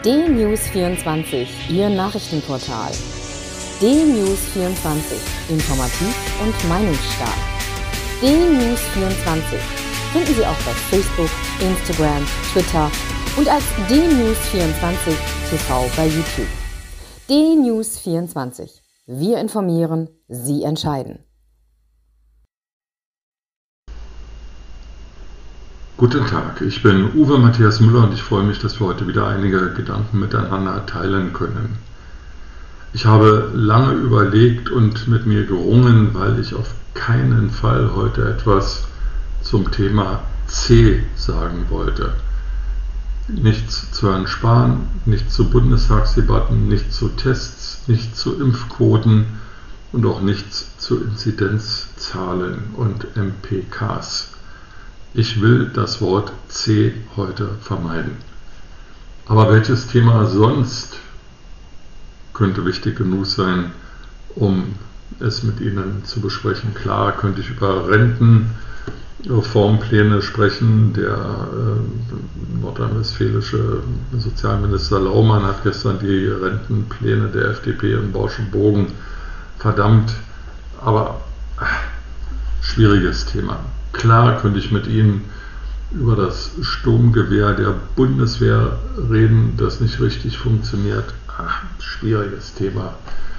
D-News24, Ihr Nachrichtenportal. D-News24, informativ und meinungsstark. D-News24 finden Sie auch bei Facebook, Instagram, Twitter und als D-News24 TV bei YouTube. D-News24. Wir informieren, Sie entscheiden. Guten Tag, ich bin Uwe Matthias Müller und ich freue mich, dass wir heute wieder einige Gedanken miteinander teilen können. Ich habe lange überlegt und mit mir gerungen, weil ich auf keinen Fall heute etwas zum Thema C sagen wollte. Nichts zu Herrn Spahn, nichts zu Bundestagsdebatten, nichts zu Tests, nichts zu Impfquoten und auch nichts zu Inzidenzzahlen und MPKs. Ich will das Wort C heute vermeiden. Aber welches Thema sonst könnte wichtig genug sein, um es mit Ihnen zu besprechen? Klar könnte ich über Rentenreformpläne sprechen. Der nordrhein-westfälische Sozialminister Laumann hat gestern die Rentenpläne der FDP im Bauschen Bogen verdammt. Aber schwieriges Thema. Klar könnte ich mit Ihnen über das Sturmgewehr der Bundeswehr reden, das nicht richtig funktioniert. Schwieriges Thema.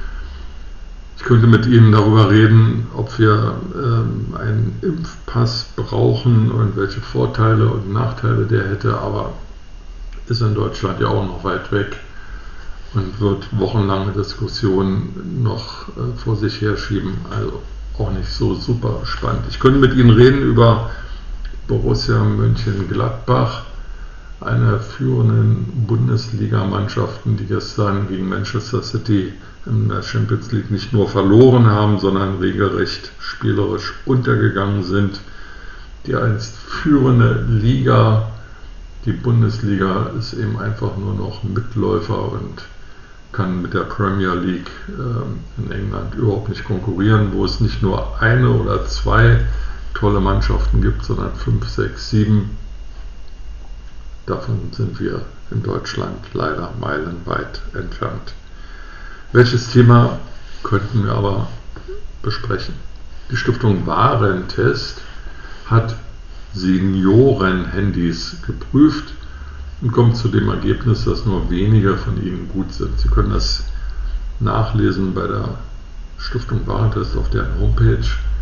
Ich könnte mit Ihnen darüber reden, ob wir einen Impfpass brauchen und welche Vorteile und Nachteile der hätte, aber ist in Deutschland ja auch noch weit weg und wird wochenlange Diskussionen noch vor sich herschieben. Also auch nicht so super spannend. Ich könnte mit Ihnen reden über Borussia Mönchengladbach, eine der führenden Bundesligamannschaften, die gestern gegen Manchester City in der Champions League nicht nur verloren haben, sondern regelrecht spielerisch untergegangen sind. Die einst führende Liga, die Bundesliga, ist eben einfach nur noch Mitläufer und kann mit der Premier League in England überhaupt nicht konkurrieren, wo es nicht nur eine oder zwei tolle Mannschaften gibt, sondern 5, 6, 7. Davon sind wir in Deutschland leider meilenweit entfernt. Welches Thema könnten wir aber besprechen? Die Stiftung Warentest hat Senioren-Handys geprüft und kommt zu dem Ergebnis, dass nur wenige von ihnen gut sind. Sie können das nachlesen bei der Stiftung Warentest auf deren Homepage.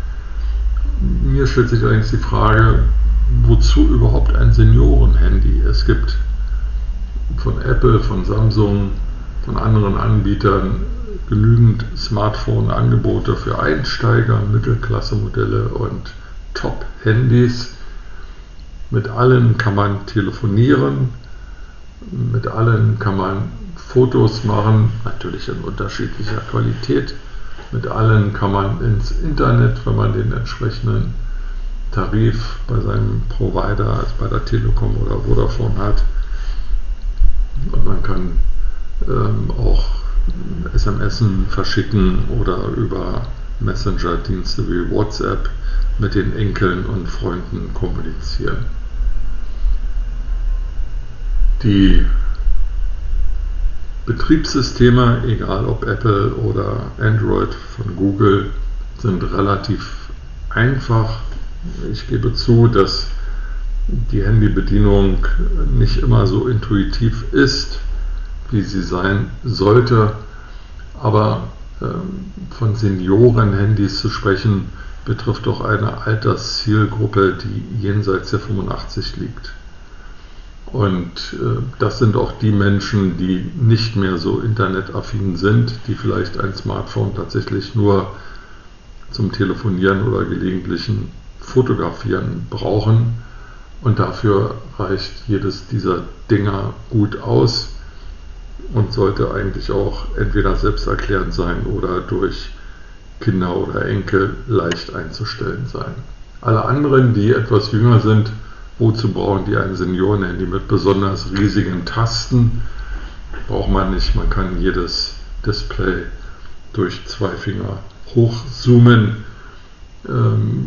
Mir stellt sich allerdings die Frage, wozu überhaupt ein Senioren-Handy? Es gibt von Apple, von Samsung, von anderen Anbietern genügend Smartphone-Angebote für Einsteiger, Mittelklasse-Modelle und Top-Handys. Mit allen kann man telefonieren. Mit allen kann man Fotos machen, natürlich in unterschiedlicher Qualität. Mit allen kann man ins Internet, wenn man den entsprechenden Tarif bei seinem Provider, also bei der Telekom oder Vodafone hat. Und man kann auch SMS verschicken oder über Messenger-Dienste wie WhatsApp mit den Enkeln und Freunden kommunizieren. Die Betriebssysteme, egal ob Apple oder Android von Google, sind relativ einfach. Ich gebe zu, dass die Handybedienung nicht immer so intuitiv ist, wie sie sein sollte, aber von Senioren-Handys zu sprechen, betrifft doch eine Alterszielgruppe, die jenseits der 85 liegt. Und das sind auch die Menschen, die nicht mehr so internetaffin sind, die vielleicht ein Smartphone tatsächlich nur zum Telefonieren oder gelegentlichen Fotografieren brauchen. Und dafür reicht jedes dieser Dinger gut aus und sollte eigentlich auch entweder selbsterklärend sein oder durch Kinder oder Enkel leicht einzustellen sein. Alle anderen, die etwas jünger sind, wozu brauchen die ein Senioren-Handy mit besonders riesigen Tasten? Braucht man nicht. Man kann jedes Display durch 2 Finger hochzoomen.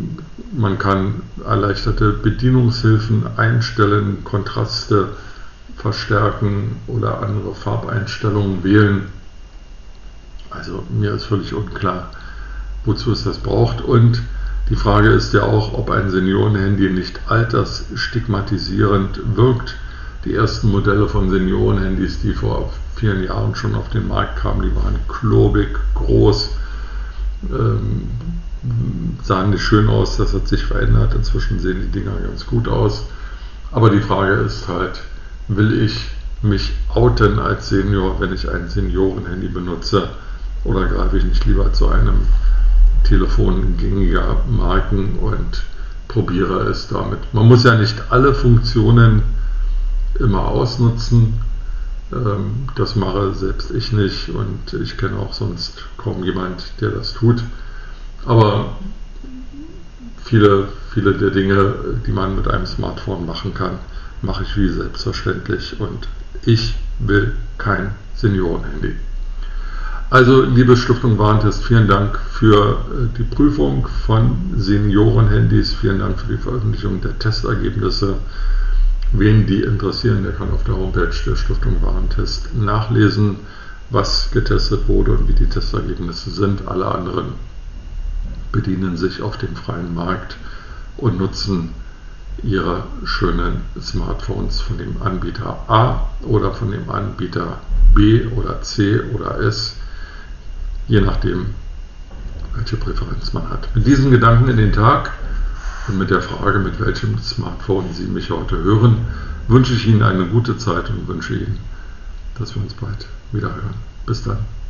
Man kann erleichterte Bedienungshilfen einstellen, Kontraste verstärken oder andere Farbeinstellungen wählen. Also mir ist völlig unklar, wozu es das braucht. Und die Frage ist ja auch, ob ein Seniorenhandy nicht altersstigmatisierend wirkt. Die ersten Modelle von Seniorenhandys, die vor vielen Jahren schon auf den Markt kamen, die waren klobig, groß, sahen nicht schön aus, das hat sich verändert. Inzwischen sehen die Dinger ganz gut aus. Aber die Frage ist halt, will ich mich outen als Senior, wenn ich ein Seniorenhandy benutze, oder greife ich nicht lieber zu einem Telefon gängiger Marken und probiere es damit. Man muss ja nicht alle Funktionen immer ausnutzen. Das mache selbst ich nicht und ich kenne auch sonst kaum jemand, der das tut. Aber viele der Dinge, die man mit einem Smartphone machen kann, mache ich wie selbstverständlich und ich will kein Seniorenhandy. Also, liebe Stiftung Warentest, vielen Dank für die Prüfung von Seniorenhandys, vielen Dank für die Veröffentlichung der Testergebnisse. Wen die interessieren, der kann auf der Homepage der Stiftung Warentest nachlesen, was getestet wurde und wie die Testergebnisse sind. Alle anderen bedienen sich auf dem freien Markt und nutzen ihre schönen Smartphones von dem Anbieter A oder von dem Anbieter B oder C oder S, je nachdem, welche Präferenz man hat. Mit diesen Gedanken in den Tag und mit der Frage, mit welchem Smartphone Sie mich heute hören, wünsche ich Ihnen eine gute Zeit und wünsche Ihnen, dass wir uns bald wieder hören. Bis dann.